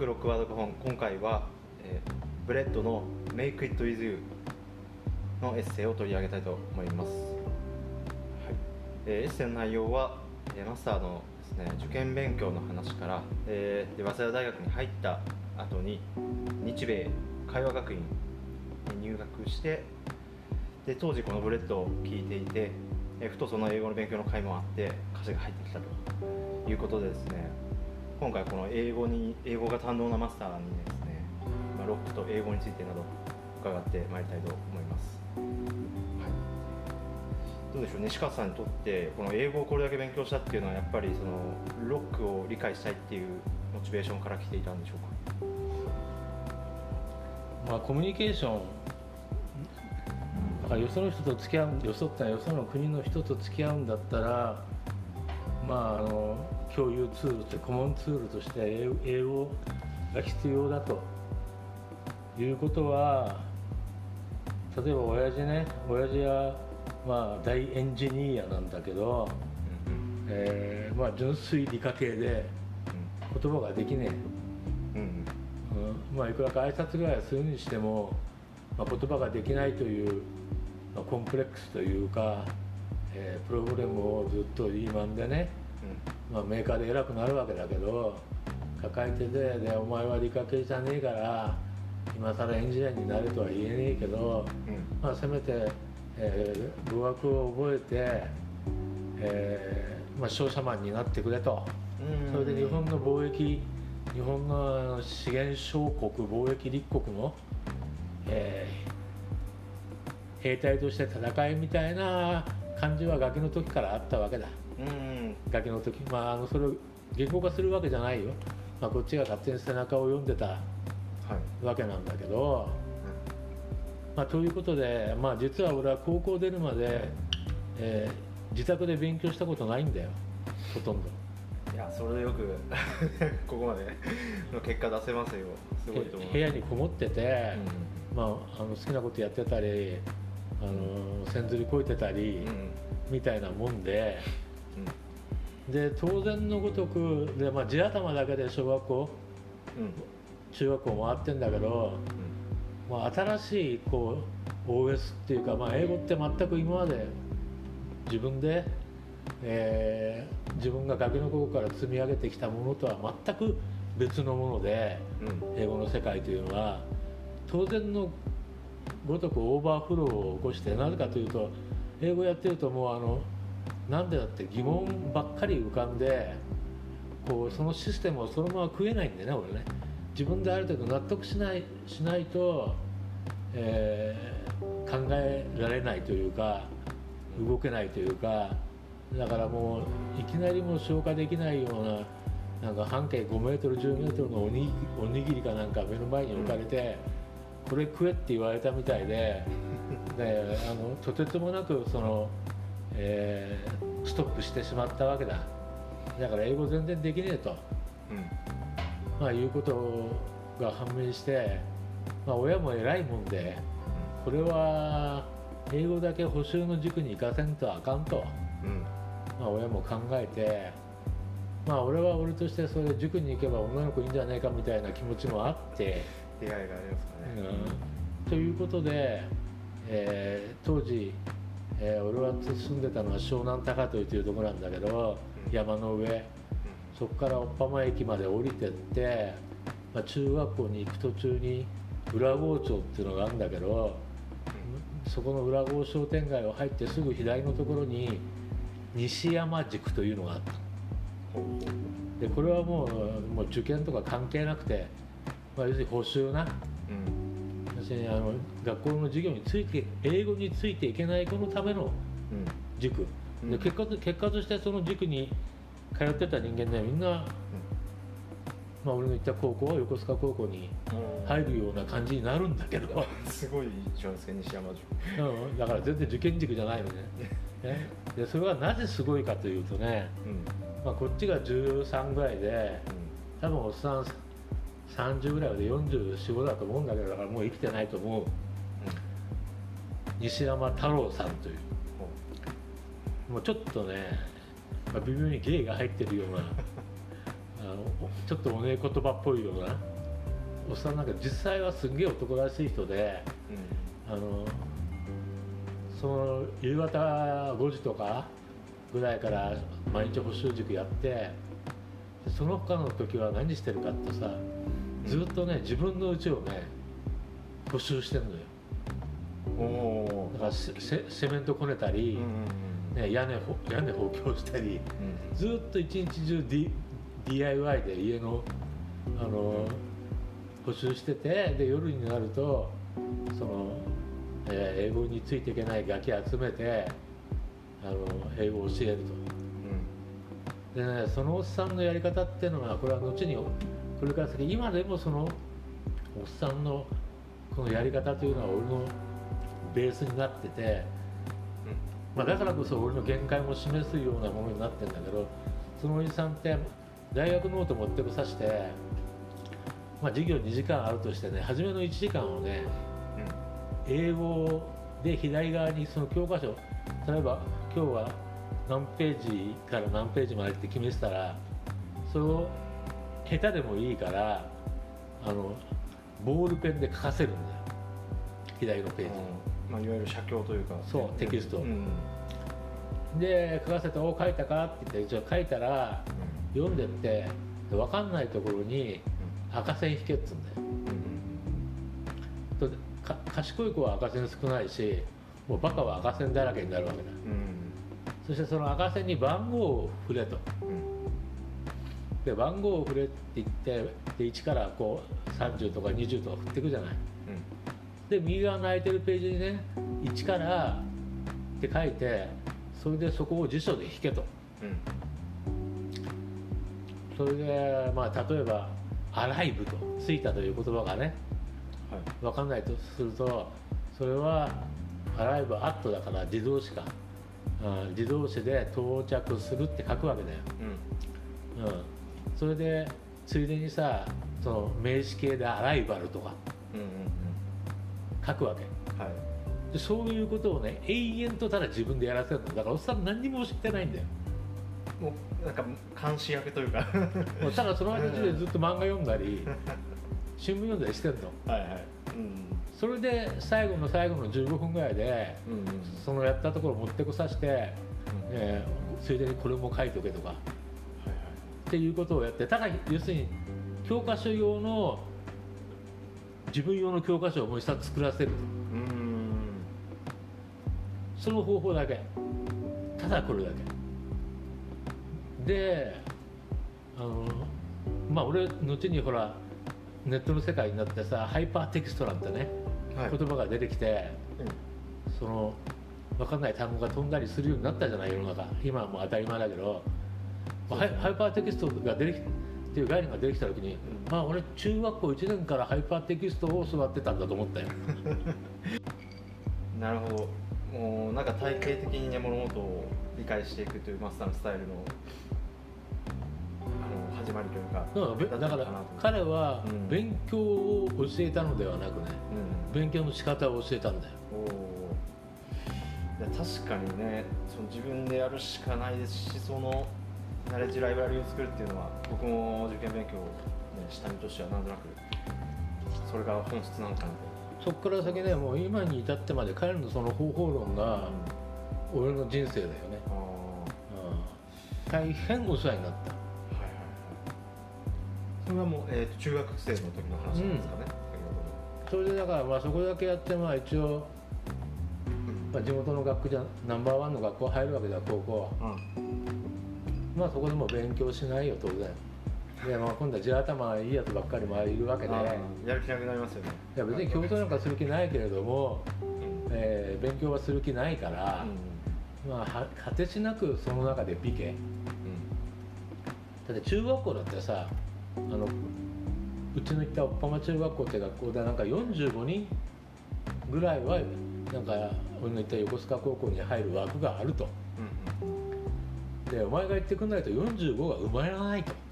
クロックワード本、今回は、ブレッドの Make It With You のエッセイを取り上げたいと思います。はい。エッセイの内容は、マスターのですね、受験勉強の話から、で早稲田大学に入った後に日米会話学院に入学して、で当時このブレッドを聞いていて、ふとその英語の勉強の会もあって歌詞が入ってきたということでですね、今回この英語が堪能なマスターにですね、ロックと英語についてなど伺ってまいりたいと思います。はい、どうでしょう、西川さんにとってこの英語をこれだけ勉強したっていうのはやっぱりそのロックを理解したいっていうモチベーションから来ていたんでしょうか。コミュニケーション、よその人と付き合う、よその国の人と付き合うんだったら、共有ツールってコモンツールとして英語が必要だということは、例えば親父は大エンジニアなんだけど、純粋理科系で言葉ができねえ、いくらか挨拶ぐらいはするにしても、言葉ができないという、コンプレックスというか、プログラムをずっとリーマンでね、メーカーで偉くなるわけだけど抱えてて、でお前は理科系じゃねえから今更エンジニアになるとは言えねえけど、せめて、語学を覚えて、商社マンになってくれと、それで日本の貿易、日本の資源小国貿易立国の、兵隊として戦いみたいな感じはガキの時からあったわけだ。ガキの時、それを言語化するわけじゃないよ、こっちが勝手に背中を読んでたわけなんだけど、ということで、実は俺は高校出るまで、自宅で勉強したことないんだよ、ほとんど。 いや、それでよくここまでの結果出せますよ。すごいと思う。 部屋にこもってて、好きなことやってたり、線ずりこいてたり、みたいなもんで、で当然のごとくで、地頭だけで小学校、中学校回ってんだけど、新しいOS っていうか、英語って全く今まで自分で、自分がガキの頃から積み上げてきたものとは全く別のもので、英語の世界というのは当然のごとくオーバーフローを起こして、なぜかというと英語やってるともうなんでだって疑問ばっかり浮かんで、そのシステムをそのまま食えないんでね、俺ね。自分である程度納得しないと、考えられないというか動けないというか、だからもういきなりもう消化できないような、なんか半径5メートル10メートルのおにぎりかなんか目の前に置かれて、これ食えって言われたみたいで、とてつもなくストップしてしまったわけだ。だから英語全然できねえと、いうことが判明して、親も偉いもんで、これは英語だけ補習の塾に行かせんとあかんと、親も考えて、俺は俺としてそれで塾に行けば女の子いいんじゃないかみたいな気持ちもあって、 出会いがありますかね。 ということで、当時、俺は住んでたのは湘南高遠というところなんだけど、山の上、そこから小浜駅まで降りてって、中学校に行く途中に浦郷町っていうのがあるんだけど、そこの浦郷商店街を入ってすぐ左のところに西山塾というのがあった。でこれはもう受験とか関係なくて、要するに補習な、要するに学校の授業について、英語についていけない子のための塾、で結果としてその塾に通ってた人間ね、みんな、俺の行った高校は横須賀高校に入るような感じになるんだけど、 すごいじゃないですか、西山塾。 だから全然受験塾じゃないのね。でそれはなぜすごいかというとね、こっちが13ぐらいで、多分おっさん30ぐらいで44、5だと思うんだけど、だからもう生きてないと思う、西山太郎さんという、もうちょっとね、微妙に芸が入ってるようなちょっとおねえ言葉っぽいようなおっさんなんか実際はすんげえ男らしい人で、その夕方5時とかぐらいから毎日補習塾やって、その他の時は何してるかってさ、ずっとね自分の家をね補修してるのよ。だからセメントこねたり、ね、屋根補強したり、ずっと一日中、DIY で家の、補修してて、で夜になるとその、英語についていけないガキ集めて英語を教えると、でね、そのおっさんのやり方っていうのはこれは後にこれから先今でもそのおっさんのこのやり方というのは俺のベースになってて、だからこそ俺の限界も示すようなものになってるんだけど、そのおじさんって大学ノート持ってこさして、授業2時間あるとしてね、初めの1時間をね、英語で左側にその教科書、例えば今日は何ページから何ページまでって決めてたら、それを下手でもいいからボールペンで書かせるんだよ、左のページに。 いわゆる写経というか、 そうテキスト、で書かせて「お書いたか?」って言って、一応書いたら、読んでって分かんないところに赤線引けっつうんだよ、賢い子は赤線少ないし、もうバカは赤線だらけになるわけだ、そしてその赤線に番号を振れと、で番号を振れって言って、で1からこう30とか20とか振っていくじゃない、で右側の空いてるページにね1からって書いて、それでそこを辞書で引けと、それで例えばアライブと着いたという言葉がね、分かんないとすると、それはアライブアットだから自動詞か、自動詞で到着するって書くわけだよ、それでついでにさ、その名詞形でアライバルとか書くわけ、でそういうことをね永遠とただ自分でやらせるのだから、おっさん何にも知ってないんだよ、 もうなんか監視役というかもうただその間中でずっと漫画読んだり新聞読んだりしてんの、それで最後の15分ぐらいで、そのやったところを持ってこさせて、ついでにこれも書いとけとか、っていうことをやって、ただ要するに教科書用の自分用の教科書をもう一冊作らせると、その方法だけ、ただこれだけで、俺後にほらネットの世界になってさ、ハイパーテキストなんてね、言葉が出てきて、その分かんない単語が飛んだりするようになったじゃない、世の中。今はもう当たり前だけど、ハイパーテキストが出てきてっていう概念が出てきた時に、俺中学校1年からハイパーテキストを育ってたんだと思ったよなるほど。もうなんか体系的にね、物事を理解していくというマスターのスタイルの始まりというか、 だから彼は勉強を教えたのではなくね、勉強の仕方を教えたんだよ。 いや確かにね、その自分でやるしかないですし、そのナレッジライブラリを作るっていうのは、僕も受験勉強を、した身としてはなんとなくそれが本質なのかなと。 そこから先ね、もう今に至ってまで彼のその方法論が俺の人生だよね。大変お世話になった。 それはもう、中学生の時の話なんですかね。 それでだからそこだけやって一応、地元の学区じゃナンバーワンの学校入るわけだ、高校は。そこでも勉強しないよ当然。で今度は地頭いいやつばっかりもいるわけで、 やる気なくなりますよね。 いや別に競争なんかする気ないけれども、勉強はする気ないから、果てしなくその中で美形、だって中学校だってさ、うちの行ったおっぱま中学校って学校でなんか45人ぐらいはなんか俺の行った横須賀高校に入る枠があると、でお前が行ってくんないと45が埋まらないと、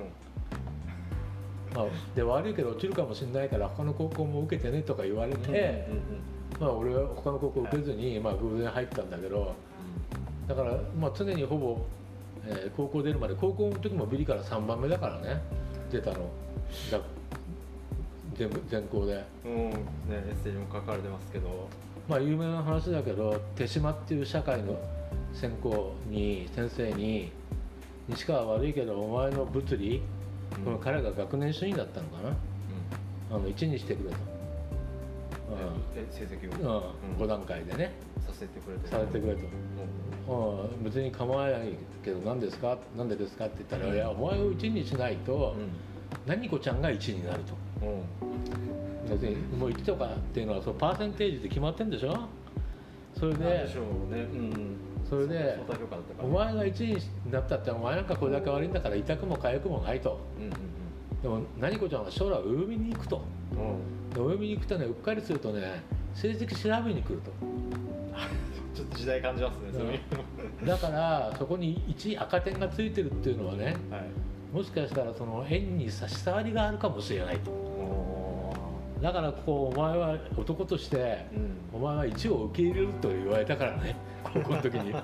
で悪いけど落ちるかもしれないから他の高校も受けてねとか言われて、俺は他の高校受けずに、偶然入ったんだけど、だから常にほぼ、高校出るまで、高校の時もビリから3番目だからね、出たの全校で、 ね、エッセイにも書かれてますけど、 まあ有名な話だけど、手島っていう社会の先生に西川悪いけどお前の物理、この彼が学年主任だったのかな、1にしてくれと、 成績を、 5段階でねさせてくれと、別に構わないけどなんでですかって言ったら、いやお前を1にしないと、何子ちゃんが1になると、別にもう1とかっていうのはそのパーセンテージで決まってるんでしょ。それでそれでお前が1になったってお前なんかこれだけ悪いんだから痛くも痒くもないと、でも何子ちゃんは将来お嫁に行くと、お嫁に行くとね、うっかりするとね成績調べに来るとちょっと時代感じますね、そういうだからそこに1赤点がついてるっていうのはね、もしかしたらその縁に差し障りがあるかもしれないと。だからこうお前は男として、お前は1を受け入れると言われたからね、高校の時にいや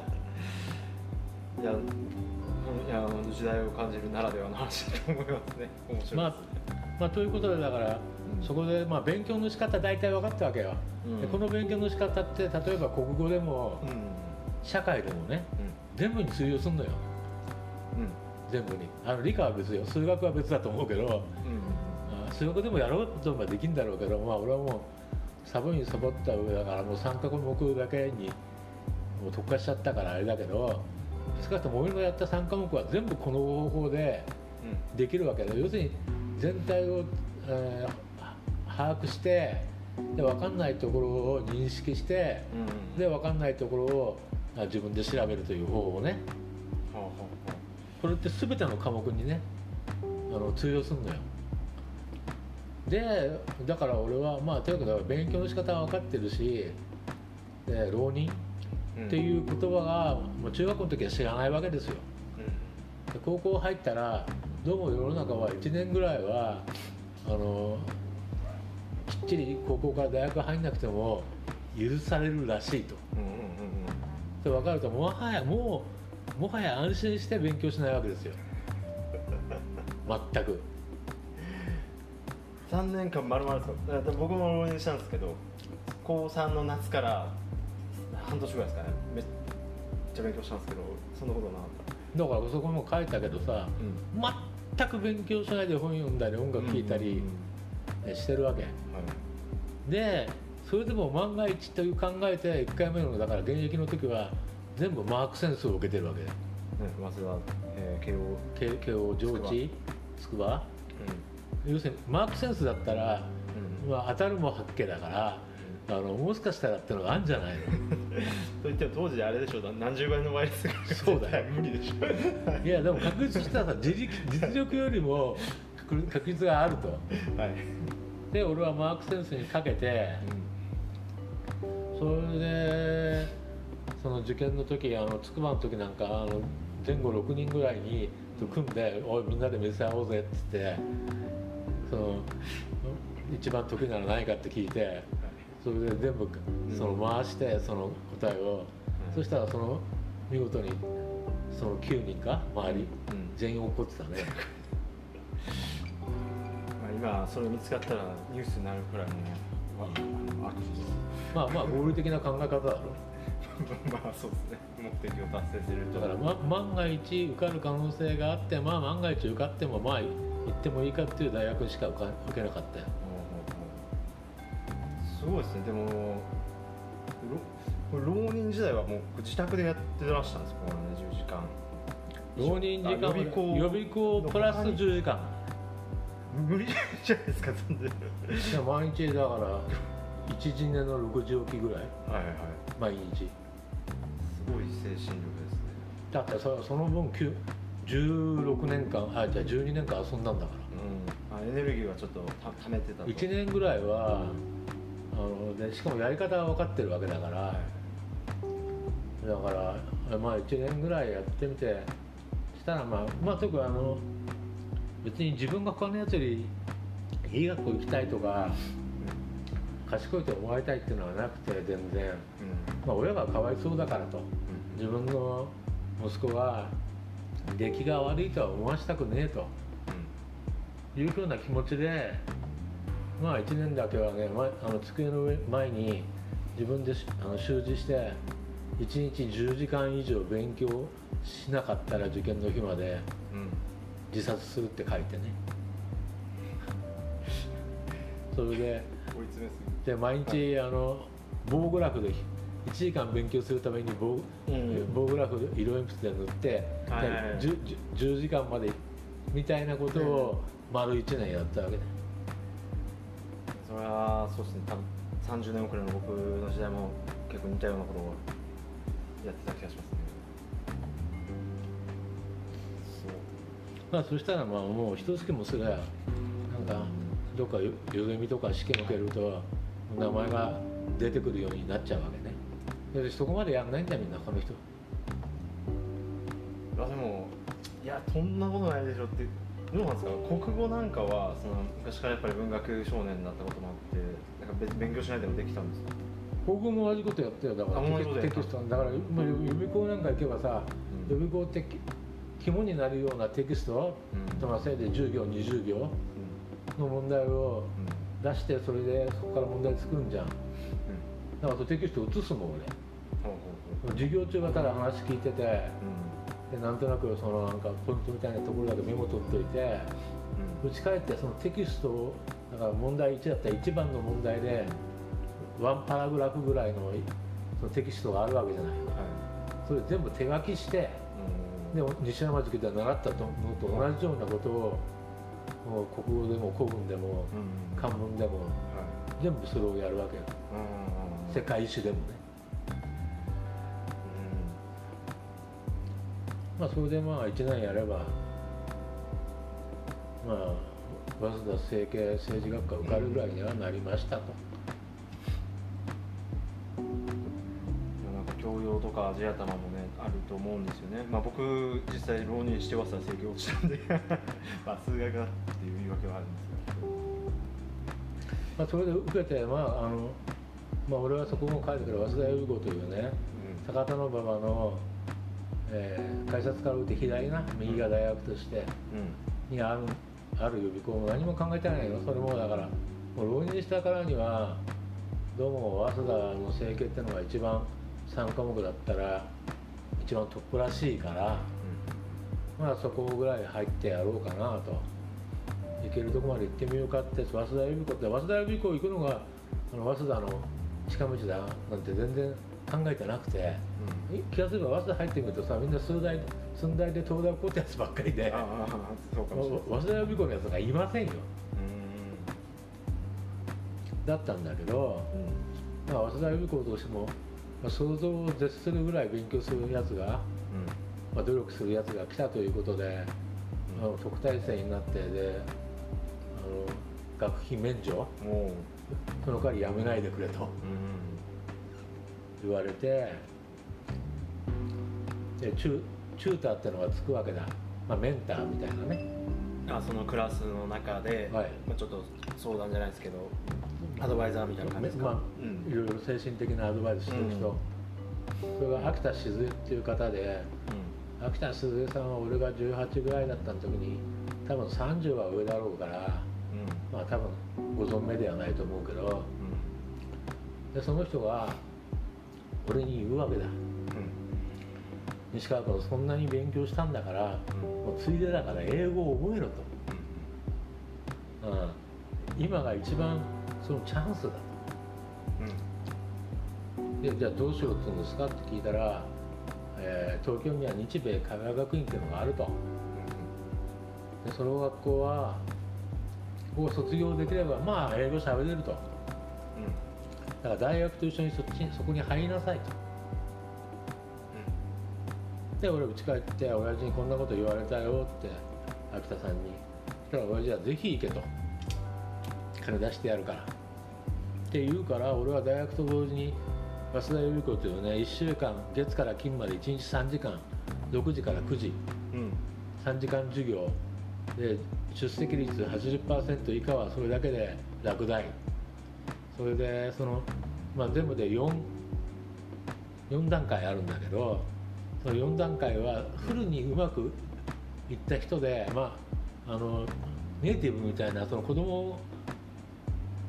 時代を感じるならではの話だと思いますね。面白いですね。 まあということで、だから、そこでまあ勉強の仕方大体分かったわけよ、でこの勉強の仕方って例えば国語でも、社会でもね、全部に通用するのよ、全部に。理科は別よ、数学は別だと思うけど、数学でもやろうと思えばできるんだろうけど、まあ俺はもうサボにサボった上だから、もう3科目だけにもう特化しちゃったからあれだけど、少なくとも俺のやった3科目は全部この方法でできるわけで、要するに全体を、把握して、で分かんないところを認識して、で分かんないところを自分で調べるという方法をね、これって全ての科目にね通用するのよ。でだから俺はまあとにかく勉強の仕方は分かってるし、で浪人っていう言葉がもう中学校の時は知らないわけですよ。で高校入ったらどうも世の中は1年ぐらいはきっちり高校から大学入んなくても許されるらしいと。で分かるともはや安心して勉強しないわけですよ全く。 3年間丸々ですか。僕も浪人したんですけど、高3の夏から半年ぐらいですかね、めっちゃ勉強したんですけど、そんなことなかった。 だからそこも書いたけどさ、全く勉強しないで本読んだり音楽聴いたりしてるわけ、でそれでも万が一という考えて1回目のだから現役の時は全部マークセンスを受けてるわけで、 まずは、 慶応上智筑波、要するにマークセンスだったら、当たるも八卦だからもしかしたらってのがあるんじゃないのといっても当時あれでしょ、何十倍の倍率がそうだよ無理でしょいやでも確実したらさ実力よりも確率があると、で俺はマークセンスにかけて、それでその受験の時筑波の時なんか前後6人ぐらいに組んで「おいみんなで目指せ合おうぜ」っつって一番得意なの何かって聞いて、それで全部回してその答えを、そしたら見事にその9人か周り、全員怒ってたね今それ見つかったらニュースになるくらいの悪事です。 まあ合理的な考え方だろまあそうですね、目的を達成すると。 だから、万が一受かる可能性があって、万が一受かっても行ってもいいかっていう大学しか受けなかったよ。 すごいですね。でも浪人時代はもう自宅でやってらしたんですか、10時間。 浪人時間は予備校プラス10時間。 無理じゃないですか、全然。 毎日だから1時寝の6時起きぐらい、毎日。 すごい精神力ですね。 だってその分16年間じゃあ12年間遊んだんだから、 エネルギーはちょっとためてたと。 1年ぐらいはでしかもやり方は分かってるわけだから、だから1年ぐらいやってみてしたら特に別に自分が他のやつよりいい学校行きたいとか、賢いと思われたいっていうのはなくて、全然、親がかわいそうだからと、自分の息子が出来が悪いとは思わしたくねえと、いうふうな気持ちで、 まあ1年だけはね、机の前に自分で習字して1日10時間以上勉強しなかったら受験の日まで自殺するって書いてね、それで毎日棒グラフで1時間勉強するために棒グラフで色鉛筆で塗って、10時間までみたいなことを丸1年やったわけね。 それはそうですね、多分30年遅れの僕の時代も結構似たようなことをやってた気がしますね。 そしたらもう一月もすればなんかどっかよどみとか試験受けると名前が出てくるようになっちゃうわけね。でそこまでやんないんだみんなこの人。 でもそんなことないでしょって。どうなんですか、国語なんかは昔からやっぱり文学少年だったこともあってなんか勉強しないでもできたんですか？ 国語も同じことやってよ。だからテキストだから予備校なんか行けばさ、予備校って肝になるようなテキストとのせいで10行20行の問題を出してそれでそこから問題作るんじゃん。だからテキスト写すもん俺。授業中はただ話聞いてて、でなんとなくなんかポイントみたいなところだけメモ取っといて、打ち返ってそのテキストをだから問題1だったら1番の問題で1パラグラフぐらいのそのテキストがあるわけじゃない、それ全部手書きして、で西山塾で習ったのと同じようなことをもう国語でも古文でも漢文でも全部それをやるわけよ、世界史でもね。それで1年やれば早稲田政経政治学科受かるぐらいにはなりましたと。 なんか教養とか地頭もねあると思うんですよね。僕実際浪人して早稲田政経落ちたんで数学だっていう言い訳はあるんですけど、 それで受けて俺はそこも書いてくる早稲田予備校というね、高田馬場の改札から打って左な右が大学としてにある予備校も何も考えてないよ。それもだからもう浪人したからにはどうも早稲田の政経っていうのが一番3科目だったら一番トップらしいから、そこぐらい入ってやろうかなと、行けるとこまで行ってみようかって。早稲田予備校って早稲田予備校行くのが早稲田の近道だなんて全然考えてなくて、気がすれば早稲田入ってみるとさ、みんな寸大で東大をこうってやつばっかりで、早稲田予備校のやつがいませんよ。だったんだけど、早稲田予備校としても、想像を絶するぐらい勉強するやつが、努力するやつが来たということで、特待生になってで学費免除、その代わりやめないでくれと言われて、でチューターってのがつくわけだ、メンターみたいなね。 そのクラスの中で、ちょっと相談じゃないですけどアドバイザーみたいな感じですか。 いろいろ精神的なアドバイスしてる人、それが秋田静江っていう方で、秋田静江さんは俺が18ぐらいだった時に多分30は上だろうから、多分ご存命ではないと思うけど、でその人が俺に言うわけだ、西川君そんなに勉強したんだから、もうついでだから英語を覚えろと、今が一番そのチャンスだと、でじゃあどうしようって言うんですかって聞いたら、東京には日米会話学院っていうのがあると、でその学校はここを卒業できれば英語喋れると、だから大学と一緒にそこに入りなさいと、で俺家帰って親父にこんなこと言われたよって秋田さんに。そしたら親父はぜひ行けと、金出してやるからって言うから、俺は大学と同時に早稲田予備校というね、1週間月から金まで1日3時間6時から9時、3時間授業で出席率 80% 以下はそれだけで落第。それで全部で4段階あるんだけど、その4段階はフルにうまくいった人で、ネイティブみたいなその子供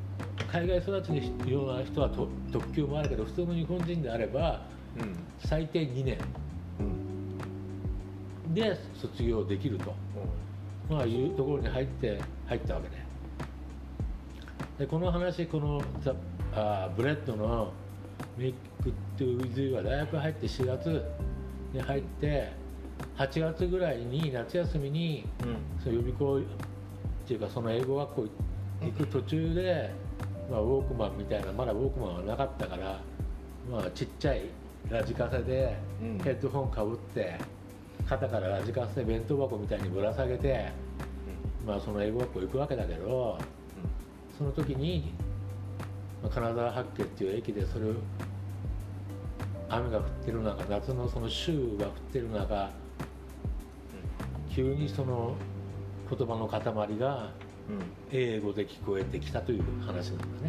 海外育ちのような人は特級もあるけど、普通の日本人であれば、最低2年で卒業できると、まあ、いうところに入ったわけで、この話、このブレッドのメイクトゥウィズユーは大学入って4月に入って8月ぐらいに夏休みに、その予備校っていうかその英語学校行く途中で、まあ、ウォークマンみたいな、まだウォークマンはなかったから、まあ、ちっちゃいラジカセでヘッドホンかぶって肩からラジカセ弁当箱みたいにぶら下げて、まあ、その英語学校行くわけだけど、その時に、まあ、金沢八景っていう駅でそれを雨が降ってる中、夏のその週が降ってる中、急にその言葉の塊が英語で聞こえてきたという話なんだね。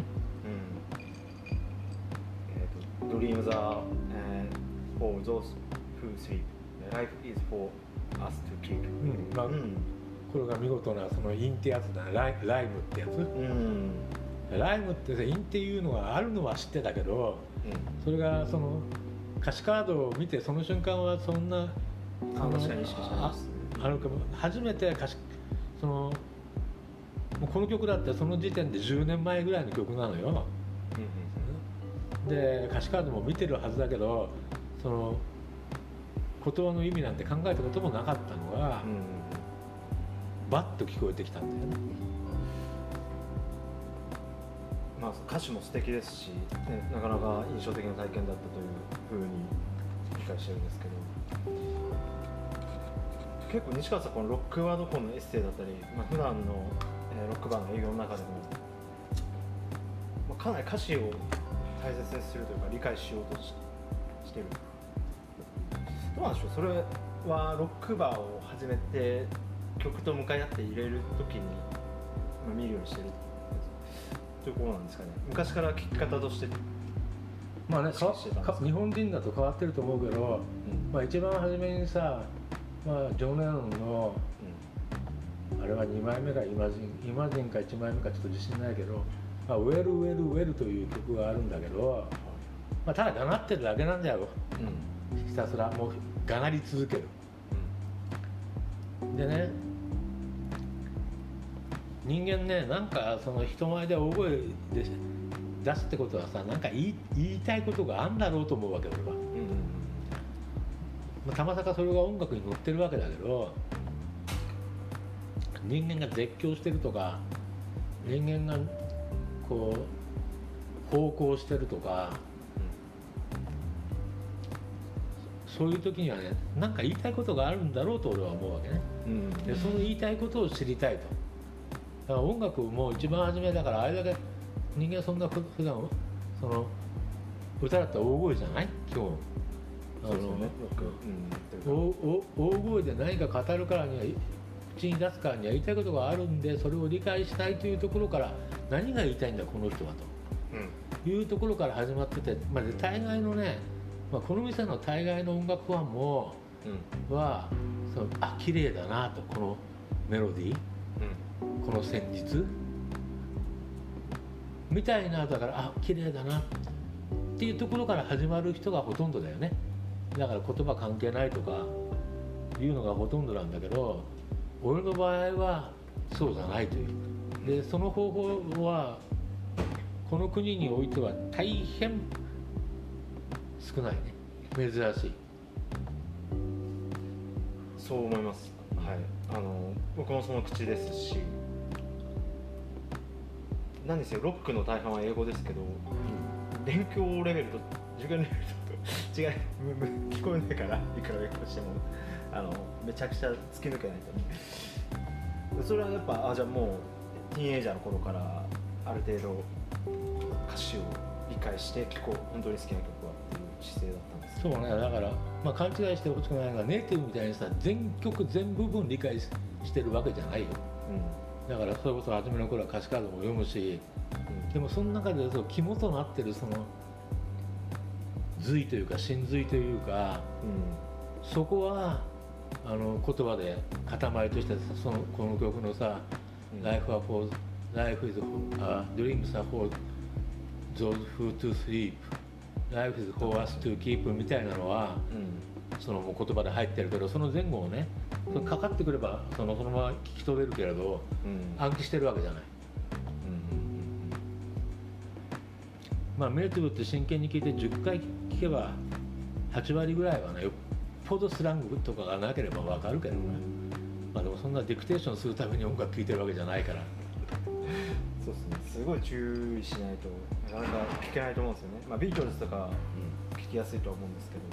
Dreams are for those who sleep. Life is for us to keep. まあこれが見事なその韻ってやつだね。ライムってやつ。ライムってさ、韻っていうのがあるのは知ってたけど、それがその歌詞カードを見てその瞬間はそんなあるかも。初めてそのもうこの曲だってその時点で10年前ぐらいの曲なのよ。で歌詞カードも見てるはずだけど、その言葉の意味なんて考えたこともなかったのが、バッと聞こえてきたんだよね。 まあ、歌詞も素敵ですし、ね、なかなか印象的な体験だったというふうに理解してるんですけど、結構西川さん、このロックワードコンのエッセイだったり、まあ、普段の、ロックバーの営業の中でも、まあ、かなり歌詞を大切にするというか理解しようとしてる。どうなんでしょう、それはロックバーを始めて曲と向かい合って入れるときに、まあ、見るようにしてるということなんですかね。昔から聴き方としてまあね、日本人だと変わってると思うけど、まあ、一番初めにさ、まあ、ジョン・レノンの、あれは2枚目かイマジンか1枚目かちょっと自信ないけど、まあ、ウェルウェルウェルという曲があるんだけど、まあ、ただがなってるだけなんだよ、ひたすらもうがなり続ける、でね、人間ね、なんかその人前で大声で出すってことはさ、なんか言いたいことがあるんだろうと思うわけ俺は、まあ、たまさかそれが音楽に乗ってるわけだけど、人間が絶叫してるとか、人間がこう方向してるとか、そういう時にはね、なんか言いたいことがあるんだろうと俺は思うわけね、でその言いたいことを知りたいと。だから音楽も一番初めだから、あれだけ人間そんな普段その歌だったら大声じゃない今日。大声で何か語るからには、口に出すからには言いたいことがあるんで、それを理解したいというところから、何が言いたいんだこの人はと、いうところから始まってて、まあ、大概のね、まあ、この店の大概の音楽ファンも、はその綺麗だなと、このメロディー、この旋律みたいな、だから綺麗だなっていうところから始まる人がほとんどだよね。だから言葉関係ないとかいうのがほとんどなんだけど、俺の場合はそうじゃないという。でその方法はこの国においては大変少ないね、珍しい。 そう思います、はい、僕もその口ですし、なんですよ、ロックの大半は英語ですけど、勉強レベルと受験レベルと違い、聞こえないから、いくら勉強してもめちゃくちゃ突き抜けないとね。それはやっぱじゃあもうティーンエイジャーの頃からある程度歌詞を理解して聴こう、本当に好きな曲はっていう姿勢だったんです。 そうね、だから、まあ、勘違いしてほしくないのが、ネイティブみたいにさ、全曲全部分理解してるわけじゃないよ、だからそれこそ初めの頃は歌詞カードも読むし、でもその中で肝となってるその髄というか真髄というか、そこは言葉で塊としてこの曲のさ、Life is for Dreams are for those who to sleep life is for us to keep みたいなのは、そのもう言葉で入ってるけど、その前後をね、そのかかってくればそのまま聞き取れるけれど、暗記してるわけじゃない。まあメイトルって真剣に聞いて10回聞けば8割ぐらいはね、よっぽどスラングとかがなければ分かるけどね。まあでもそんなディクテーションするために音楽聴いてるわけじゃないから。 そうですね、すごい注意しないとなかなか聞けないと思うんですよね。まあビートルズとか聞きやすいとは思うんですけ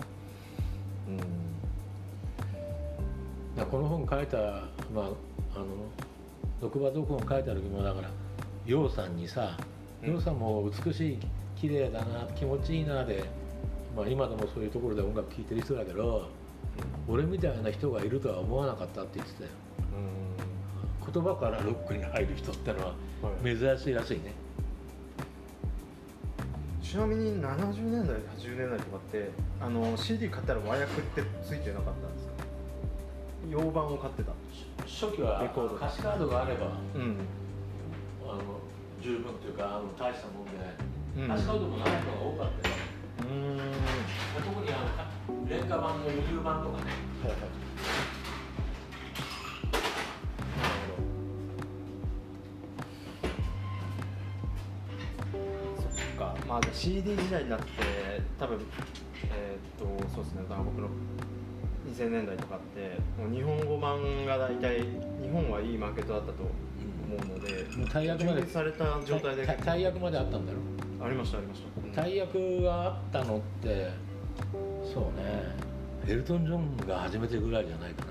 ど、この本書いた、まあ読馬読本書いた時もだから楊さんにさ、楊さんも美しい綺麗だな気持ちいいなで、まあ、今でもそういうところで音楽聴いてる人だけど、俺みたいな人がいるとは思わなかったって言ってたよ。言葉からロックに入る人ってのは珍しいらしいね。 ちなみに70年代80年代とかってCD 買ったら和訳ってついてなかったんですか？洋版を買ってた。 初期は歌詞カードがあれば、十分というか大したもんで、歌詞カードもないのが多かったよ。特に廉価版の輸入版とかね。 まあ、CD 時代になって多分そうですね、だから僕の2000年代とかってもう日本語版が大体日本はいいマーケットだったと思うので、 もう大役までされた状態で大役まであったんだろ。 ありましたありました。 大役があったのってそうね、エルトン・ジョンが初めてぐらいじゃないかな。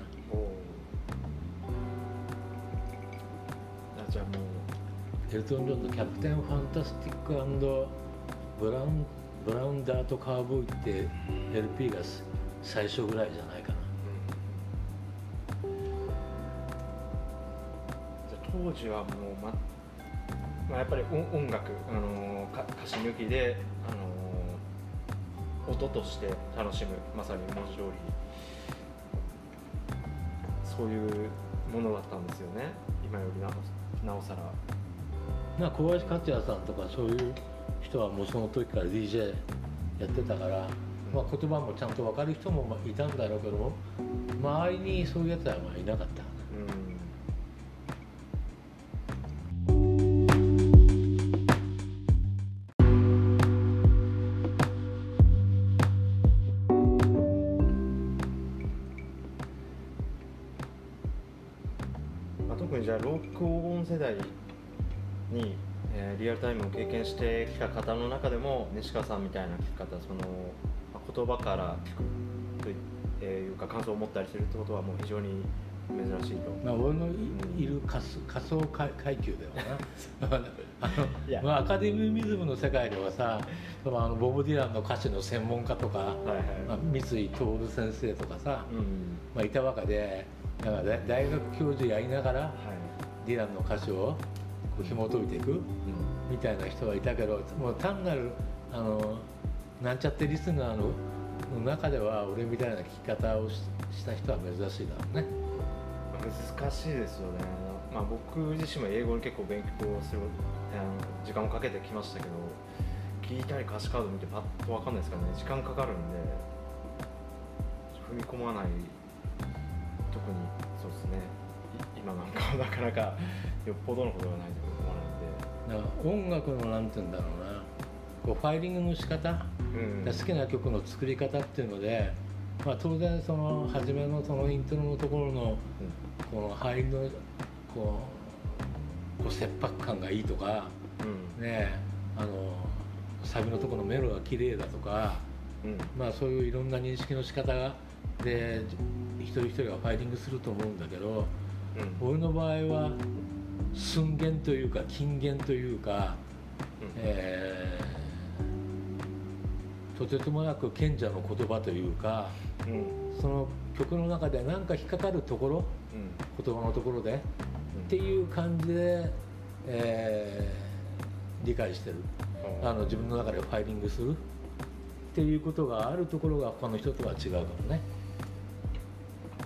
じゃあもうエルトン・ジョンのキャプテン・ファンタスティック&ブラウンダート・カーボーイって LP が最初ぐらいじゃないかな。 じゃあ当時はもうやっぱり音楽歌詞抜きで音として楽しむ、まさに文字通りそういうものだったんですよね。今よりなおさら。 小林克也さんとかそういう人はもうその時から DJ やってたから、まあ、言葉もちゃんと分かる人もいたんだろうけども、周りにそういうやつはまあいなかった。 特にじゃあロック黄金世代にリアルタイムを経験してきた方の中でも西川さんみたいな聞き方、言葉から聞くというか感想を持ったりするってことはもう非常に珍しいと。 俺のいる仮想階級だよなアカデミズムの世界ではさ、ボブ・ディランの歌詞の専門家とか、三井徹先生とかさ、いたわけで、だから大学教授やりながら、ディランの歌詞を紐解いていくみたいな人はいたけど、もう単なるなんちゃってリスナーの中では俺みたいな聞き方をした人は珍しいだろうね。 難しいですよね。僕自身も英語に結構勉強する時間をかけてきましたけど、聞いたり歌詞カード見てパッと分かんないですからね、時間かかるんで踏み込まない。特にそうですね、今なんかはなかなかよっぽどのことがないと思わないんで、音楽のなんていうんだろうな、ファイリングの仕方、好きな曲の作り方っていうので、当然その初めのそのイントロのところのこの入りのこう切迫感がいいとか、ね、サビのところのメロが綺麗だとか、そういういろんな認識の仕方で一人一人がファイリングすると思うんだけど、俺の場合は寸言というか金言というか、とてつもなく賢者の言葉というか、その曲の中で何か引っかかるところ、言葉のところで、っていう感じで、理解してる、自分の中でファイリングするっていうことがあるところが他の人とは違うかもね。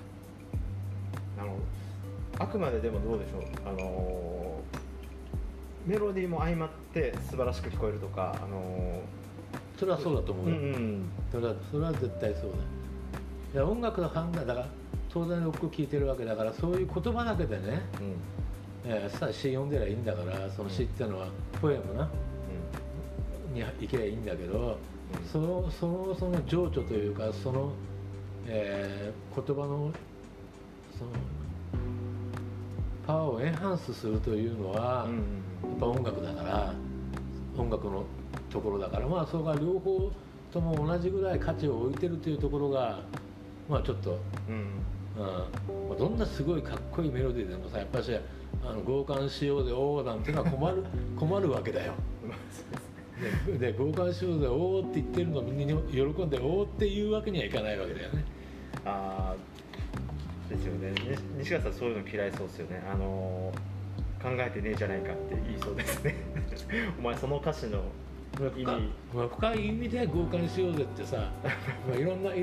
あくまででもどうでしょう、 メロディーも相まって素晴らしく聞こえるとか、 それはそうだと思うよ、それは絶対そうだ。いや音楽の判断だから当然ロック聴いてるわけだから、そういう言葉だけでね、さあ詩読んでりゃいいんだから、その詩っていうのはポエムな、にいけりゃいいんだけど、その情緒というか、その、言葉のそのパワーをエンハンスするというのは、やっぱ音楽だから、音楽のところだから、まあそれが両方とも同じぐらい価値を置いてるというところが、まあちょっと、どんなすごいかっこいいメロディーでもさ、やっぱり強姦しようぜおーなんていうのは困るわけだよ。で強姦しようぜおーって言ってるのをみんな喜んでおーっていうわけにはいかないわけだよね。 ですよね。西川さんそういうの嫌いそうですよね。考えてねえじゃないかって言いそうですね。お前その歌詞の意味、 深い意味で強姦しようぜってさ、いろんな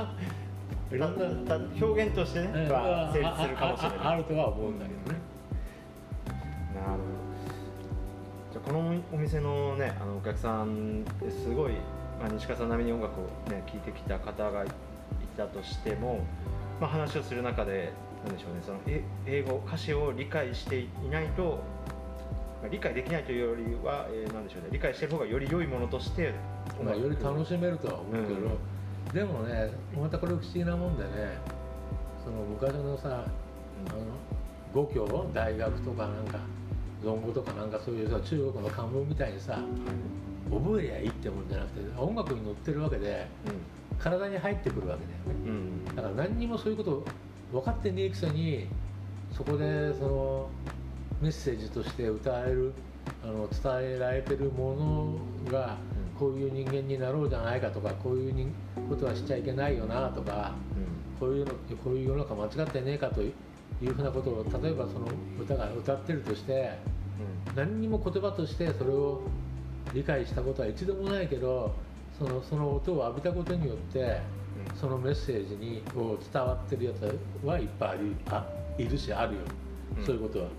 表現としてね、成立するかもしれない。 あるとは思うんだけどね。 なるほど。じゃあこのお店のね、お客さんですごい、西川さん並みに音楽をね聴いてきた方がいたとしても、話をする中でなんでしょうね、その英語歌詞を理解していないと、理解できないというよりは、なんでしょうね、理解してる方がより良いものとして、より楽しめるとは思うけど、でもね、またこれ不思議なもんでね、その昔のさ、語教、大学とかなんか論語とかなんかそういうさ、中国の漢文みたいにさ、覚えりゃいいってもんじゃなくて、音楽に乗ってるわけで、体に入ってくるわけだよね。だから何にもそういうこと分かってねえくせに、そこでそのメッセージとして歌える、伝えられてるものが、こういう人間になろうじゃないかとか、こういうことはしちゃいけないよなとか、こういう世の中間違ってねえかというふうなことを、例えばその歌が歌ってるとして、何にも言葉としてそれを理解したことは一度もないけど、その音を浴びたことによって、そのメッセージを伝わってるやつはいっぱいいるし、あるよ、そういうことは。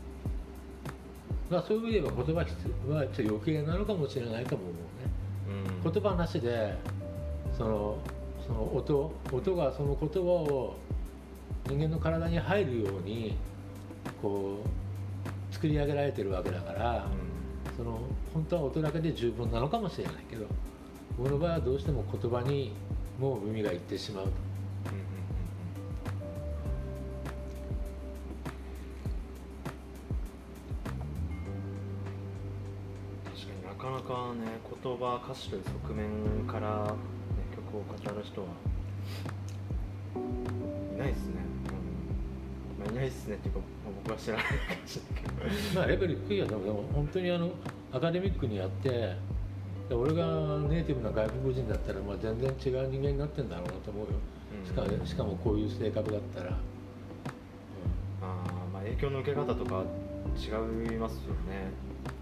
そういう意味で言えば言葉はちょっと余計なのかもしれないとも思うね。言葉なしでその音がその言葉を人間の体に入るようにこう作り上げられてるわけだから、本当は音だけで十分なのかもしれないけど、僕の場合はどうしても言葉にもう耳がいってしまうと。 なかなかね、言葉歌詞という側面から、ね、曲を語る人はいないですね。いないですねっていうか、僕は知らないかもしれないけどレベル低いよ。でも本当にアカデミックにやって、俺がネイティブな外国人だったら、全然違う人間になってんだろうなと思うよ。しかもこういう性格だったら、 影響の受け方とか違いますよね。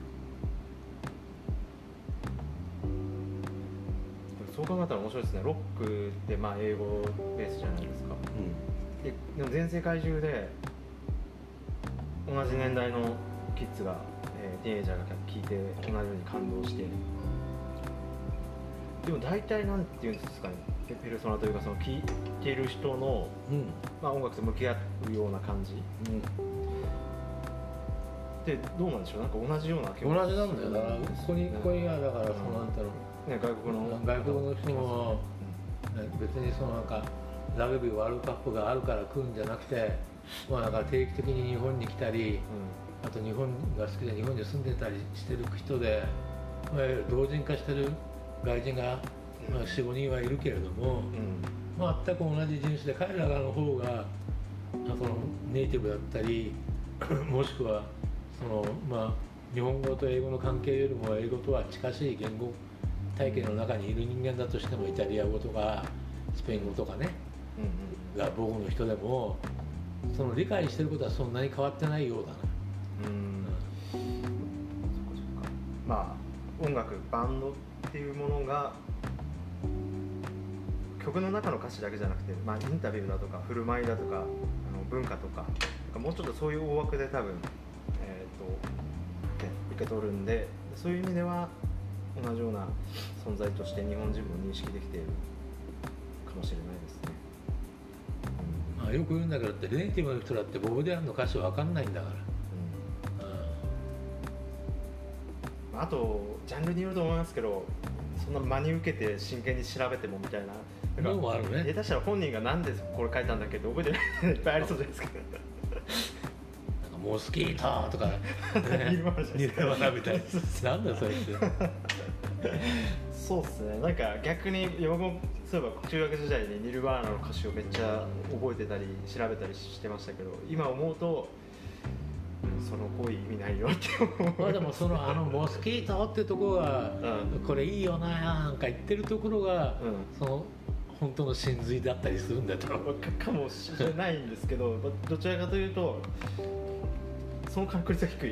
そう考えたら面白いですね。ロックって英語ベースじゃないですか。でも全世界中で同じ年代のキッズが、ティーンエイジャーが聴いて同じように感動して、でも大体なんていうんですかね、ペルソナというか、その聴いている人の、音楽と向き合うような感じ、でどうなんでしょう、なんか同じような同じなんだよ。だからここにはだからそのなんだろう、 外国の人も別にそのなんかラグビーワールドカップがあるから来るんじゃなくて、だから定期的に日本に来たり、あと日本が好きで日本に住んでたりしてる人で、同人化してる外人が 4,5 人はいるけれども、全く同じ人種で、彼らの方がそのネイティブだったりもしくはその、日本語と英語の関係よりも英語とは近しい言語体系の中にいる人間だとしても、イタリア語とかスペイン語とかね、が母語の人でもその理解してることはそんなに変わってないようだな。 音楽、バンドっていうものが曲の中の歌詞だけじゃなくて、インタビューだとか振る舞いだとか文化とか、もうちょっとそういう大枠で多分、 受け取るんで、そういう意味では同じような存在として日本人も認識できているかもしれないですね。 まあ、よく言うんだけどってネイティブの人だってボブ・ディランの歌詞わかんないんだから、 あとジャンルによると思いますけど、そんな真に受けて真剣に調べてもみたいな、 のもあるね。 下手したら本人がなんでこれ書いたんだっけど覚えてないいっぱいありそうじゃないですか。 なんかモスキートとか、 ニルバーナじゃないですか。 ニルバーナみたいな。なんだよそれって。 そうっすね。なんか逆に僕もそういえば中学時代にニルバーナの歌詞をめっちゃ覚えてたり調べたりしてましたけど、今思うと、その行為意味ないよって思う。 まあでもそのモスキートってところが、これいいよななんか言ってるところが、その本当の真髄だったりするんだとかもしれないんですけど、どちらかというとその確率は低い。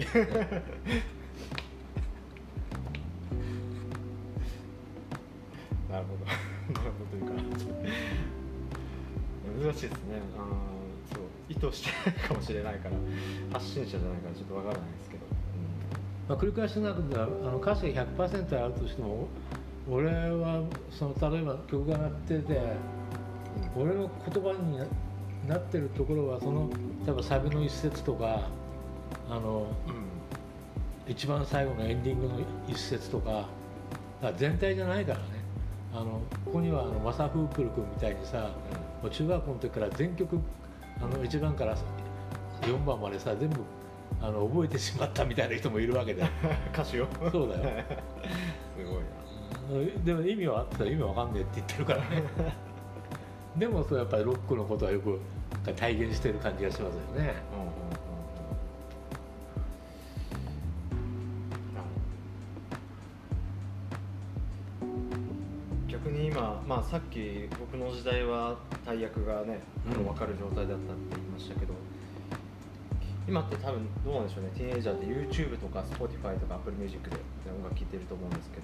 なるほどなるほどというか難しいですね。そう意図してないかもしれないから、発信者じゃないからちょっとわからないですけど、 まあ、繰り返しなくて歌詞が 100% あるとしても、俺はその例えば曲が鳴ってて、俺の言葉になってるところはその例えばサビの一節とか一番最後のエンディングの一節とか全体じゃないからね。ここにはマサフープル君みたいにさ、もう中学校の時から全曲1番から4番までさ全部覚えてしまったみたいな人もいるわけで歌詞を。 そうだよ。 すごいな。 でも意味はあったら意味わかんねえって言ってるからね。でもそうやっぱりロックのことはよく体現してる感じがしますよね。 逆に今、まあ、さっき僕の時代は大役がね分かる状態だったって言いましたけど、今って多分どうなんでしょうね。ティーンエイジャーって YouTube とか Spotify とか Apple Music で音楽聴いてると思うんですけ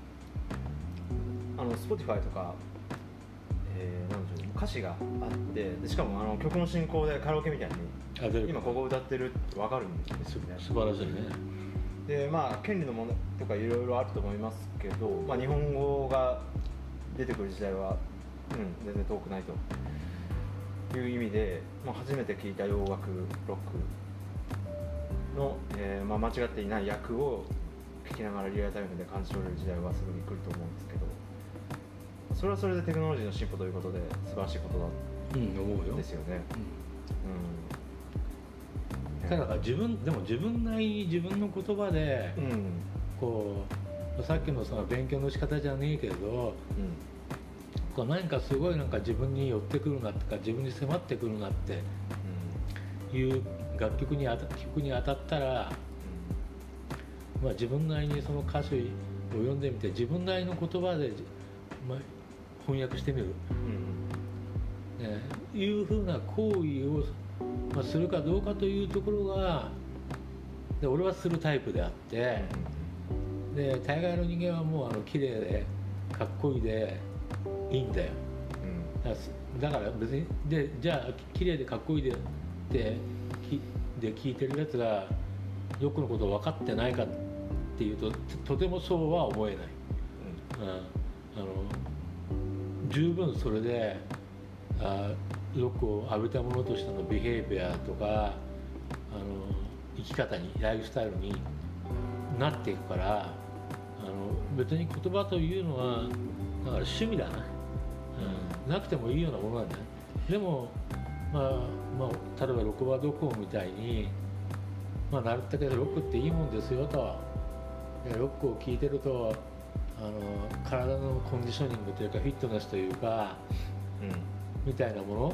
ど、Spotify とか、なんでしょう、歌詞があってで、しかも曲の進行でカラオケみたいに今ここ歌ってるって分かるんですよね。 素晴らしいね。 でまあ権利の問題とかいろいろあると思いますけど、まあ、日本語が出てくる時代は、全然遠くないという意味で、まあ、初めて聴いた洋楽ロックの、まあ、間違っていない役を聴きながらリアルタイムで感じ取れる時代はすぐに来ると思うんですけど、それはそれでテクノロジーの進歩ということで素晴らしいことだ、 思うよ。 ですよね。 だから自分なりに自分の言葉で、こうさっきのその勉強の仕方じゃねえけど、こう何かすごいなんか自分に寄ってくるなとか自分に迫ってくるなっていう曲に当たったら、まあ、自分なりにその歌詞を読んでみて自分なりの言葉で、まあ、翻訳してみる、いうふうな行為を、まあ、するかどうかというところがで俺はするタイプであって、で大概の人間はもう綺麗でかっこいいでいいんだよ、だから別にじゃあ綺麗でかっこいいでって聞いてるやつがロックのことを分かってないかっていうととてもそうは思えない、十分それでロックを浴びたものとしてのビヘイビアとか生き方にライフスタイルになっていくから、別に言葉というのはだから趣味だな、なくてもいいようなものなんだよ。でもまあ例えばロックバードコーンみたいに、まあなるだけロックっていいもんですよと、ロックを聴いてると体のコンディショニングというかフィットネスというか、みたいなもの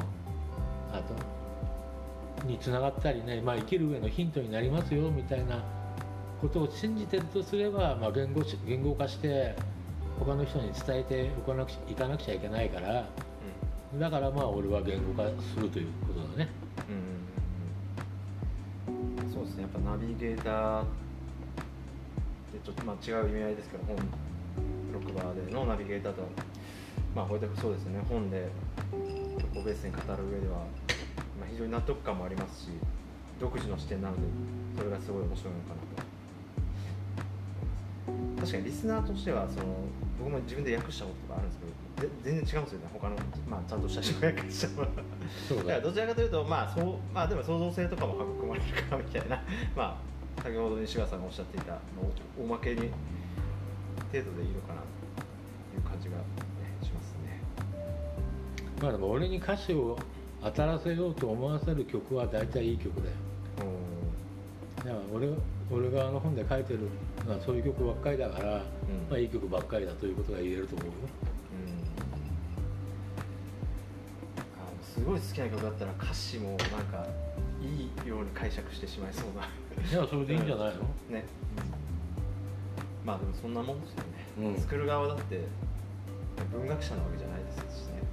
につながったりね、まあ、生きる上のヒントになりますよみたいなことを信じてるとすれば、まあ、言語化して他の人に伝えていかなくちゃいけないから、だからまあ俺は言語化するということだね。 そうですね。やっぱナビゲーターってちょっとまあ違う意味合いですけど、ロックバーでのナビゲーターとはまあこれでそうですね。本で曲をベースに語る上では、まあ、非常に納得感もありますし、独自の視点なのでそれがすごい面白いのかなと確かにリスナーとしては僕も自分で訳したことがあるんですけど全然違うんですよね、他の、ちゃんとした人が訳したものそうだどちらかというと、でも創造性とかも育まれるかみたいな先ほど西川さんがおっしゃっていたおまけに程度でいいのかなという感じが、しますね。 でも俺に歌詞を当たらせようと思わせる曲は大体いい曲だよ。だから俺が本で書いてるのはそういう曲ばっかりだから、いい曲ばっかりだということが言えると思うよ。 すごい好きな曲だったら歌詞もなんかいいように解釈してしまいそうな。 いやそれでいいんじゃないの？ ね。でもそんなもんですよね。作る側だって文学者なわけじゃないですしね。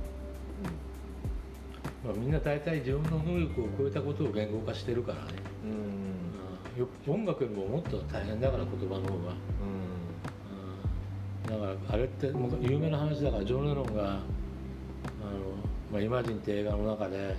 みんな大体自分の能力を超えたことを言語化してるからね。音楽よりももっと大変だから言葉の方が。だからあれってもう有名な話だから、ジョン・レノンがイマジンって映画の中で、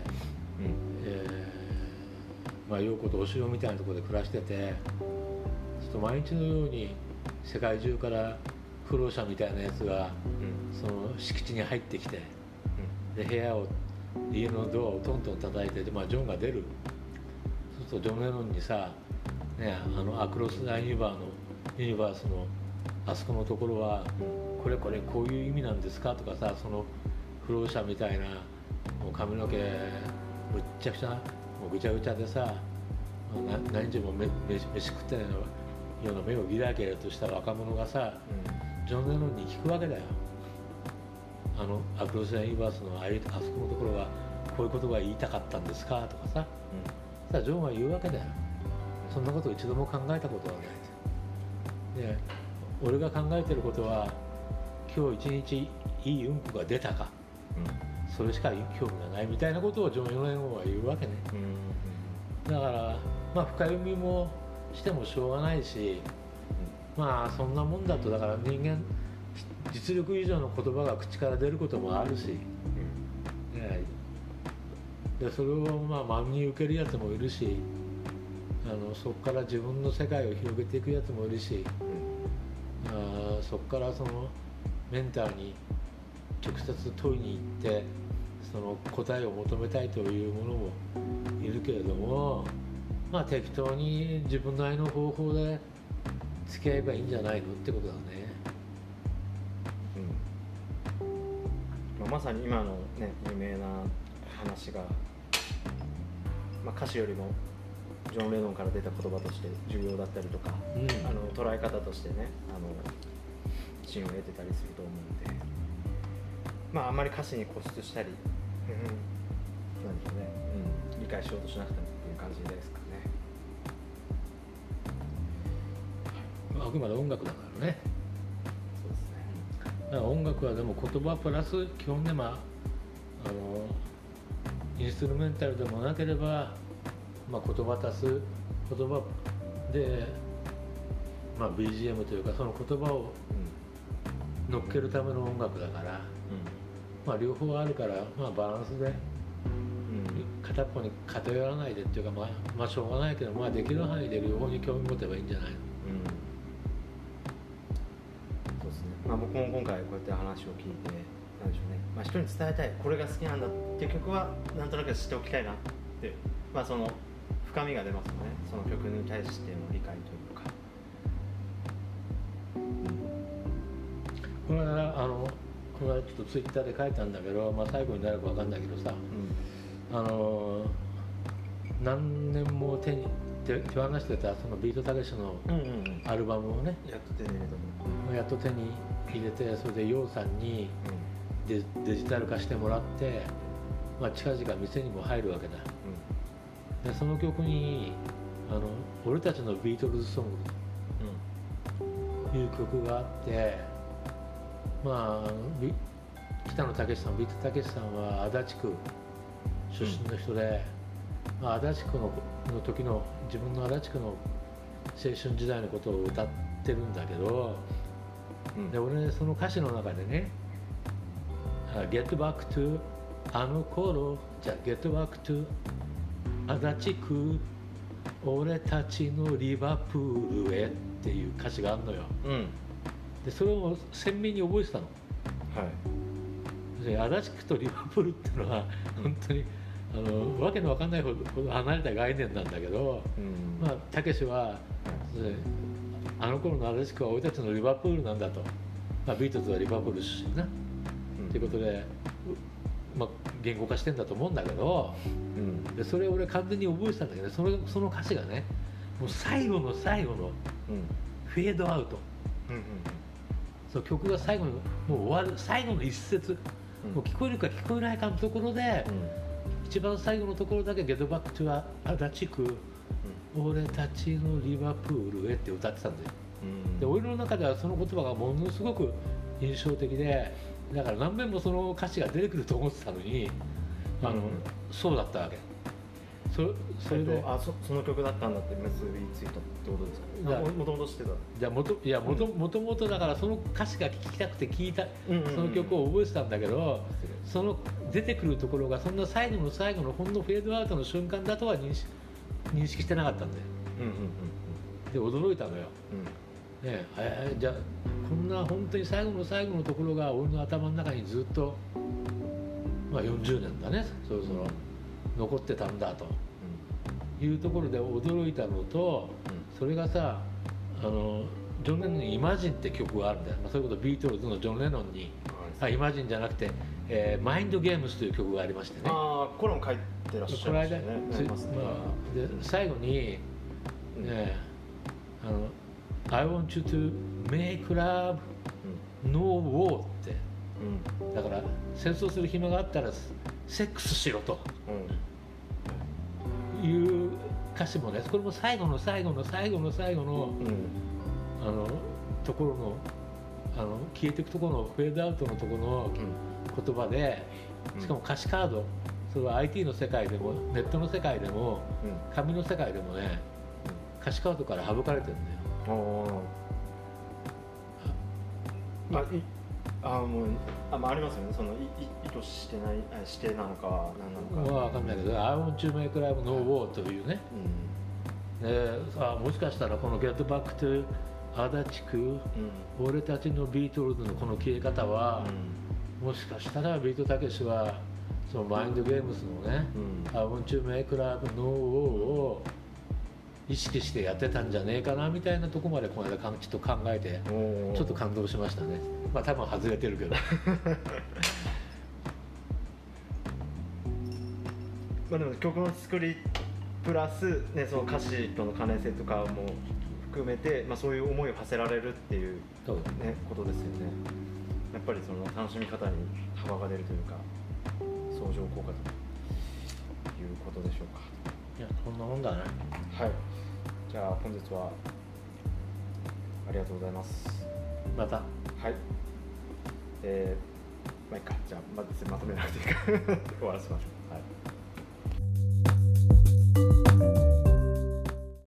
陽子とお城みたいなところで暮らしてて、ちょっと毎日のように世界中から不老者みたいなやつが、その敷地に入ってきて、で家のドアをトントン叩いて、ジョンが出る。そうするとジョン・レノンにさ、アクロス・ザ・ユニバースのあそこのところはこれこういう意味なんですかとかさ、その不老者みたいなもう髪の毛むっちゃくちゃもうぐちゃぐちゃでさ、何時も飯食ってないような目をギラギラとした若者がさ、ジョン・レノンに聞くわけだよ。アクロス・ザ・ユニバースのあそこのところはこういうことが言いたかったんですかとかさ、ジョンは言うわけだよ。そんなことを一度も考えたことはないで、俺が考えてることは今日一日いいうんこが出たか、それしか興味がないみたいなことをジョン・レノンは言うわけね。だから深読みもしてもしょうがないし、そんなもんだと、だから人間実力以上の言葉が口から出ることもあるし、でそれを真に受けるやつもいるし、そこから自分の世界を広げていくやつもいるし、そこからそのメンターに直接問いに行ってその答えを求めたいというものもいるけれども、適当に自分なりの方法で付き合えばいいんじゃないのってことだね。 まさに今のね有名な話が、歌詞よりもジョン・レノンから出た言葉として重要だったりとか、捉え方としてね芯を得てたりすると思うんで、あんまり歌詞に固執したり、なんでしょうね、理解しようとしなくてもっていう感じですかね。あくまで音楽だからね。 そうですね。 だから音楽はでも言葉プラス基本でインストゥルメンタルでもなければ、言葉足す言葉で、BGM というかその言葉を乗っけるための音楽だから、両方あるから、バランスで、片っぽに偏らないでっていうか、しょうがないけど、できる範囲で両方に興味持てばいいんじゃないの。 そうですね。僕も今回こうやって話を聞いて、なんでしょうね、人に伝えたい、これが好きなんだっていう曲はなんとなく知っておきたいなって、その深みが出ますよね、その曲に対しての理解というか。 これはちょっとツイッターで書いたんだけど、最後になるか分かんないけどさ、何年も手放してたそのビートたけしのアルバムをね、 やっと手に入れて、それでヨウさんにデジタル化してもらって、近々店にも入るわけだ。でその曲に俺たちのビートルズソングという曲があって、北野武さん、ビートたけしさんは足立区出身の人で、足立区の時の自分の足立区の青春時代のことを歌ってるんだけど、で俺その歌詞の中でね、Get back to あの頃、Get back to 足立区、俺たちのリバプールへっていう歌詞があるのよ。 でそれを鮮明に覚えてたの。で足立区とリバプールっていうのは本当にわけのわかんないほど離れた概念なんだけど、まあたけしはあの頃の足立区は俺たちのリバプールなんだと、まあ、ビートルズはリバプール出身な、ということで、まあ、言語化してんだと思うんだけど、でそれを俺完全に覚えてたんだけど、その歌詞がね、もう最後の最後のフェードアウト、その曲が最後のもう終わる最後の一節、もう聞こえるか聞こえないかのところで、一番最後のところだけ「ゲットバックトゥ足立区、俺たちのリバプールへ」って歌ってたんだよ。で俺の中ではその言葉がものすごく印象的で、だから何遍もその歌詞が出てくると思ってたのに、そうだったわけ。それでその曲だったんだって結びついたってことですか。もともと知ってた。 もともとだからその歌詞が聴きたくて聴いた、その曲を覚えてたんだけど、その出てくるところがそんな最後の最後のほんのフェードアウトの瞬間だとは認識してなかったんで、で驚いたのよ。ねじゃあこんな本当に最後の最後のところが俺の頭の中にずっと、まあ40年だね、そろそろ残ってたんだというところで驚いたのと、それがさ、ジョン・レノンに「イマジン」って曲があるんだよ。まあ、そういうことビートルズのジョン・レノンに、イマジンじゃなくて、マインドゲームスという曲がありましてね。 これも書いてらっしゃいましたね。 で最後に、I want you to make love no war って、だから戦争する暇があったらセックスしろと、いう歌詞もね、これも最後の最後の最後の最後の、ところの消えていくところのフェードアウトのところの言葉で、しかも歌詞カード、それは IT の世界でもネットの世界でも、紙の世界でもね、歌詞カードから省かれてるんだよ。 ありますよね。その意図してないしてなのか何なのか分かんないけど、I want to make love no war というね、もしかしたらこの Get Back to 足立区、俺たちのビートルズのこの消え方は、もしかしたらビートたけしはそのマインドゲームスのね、I want to make love no war を意識してやってたんじゃねえかなみたいなところまでこの間ちょっと考えて、ちょっと感動しましたね。まあ多分外れてるけどまあでも曲の作りプラス、ね、その歌詞との関連性とかも含めて、まあ、そういう思いを馳せられるっていう、ね、ことですよね。やっぱりその楽しみ方に幅が出るというか、相乗効果ということでしょうか。 いや、そんなもんだね。 はい。じゃあ本日はありがとうございます。 また。 はい。まあいいか。じゃあまずまとめなくていいか終わらせましょう。はい。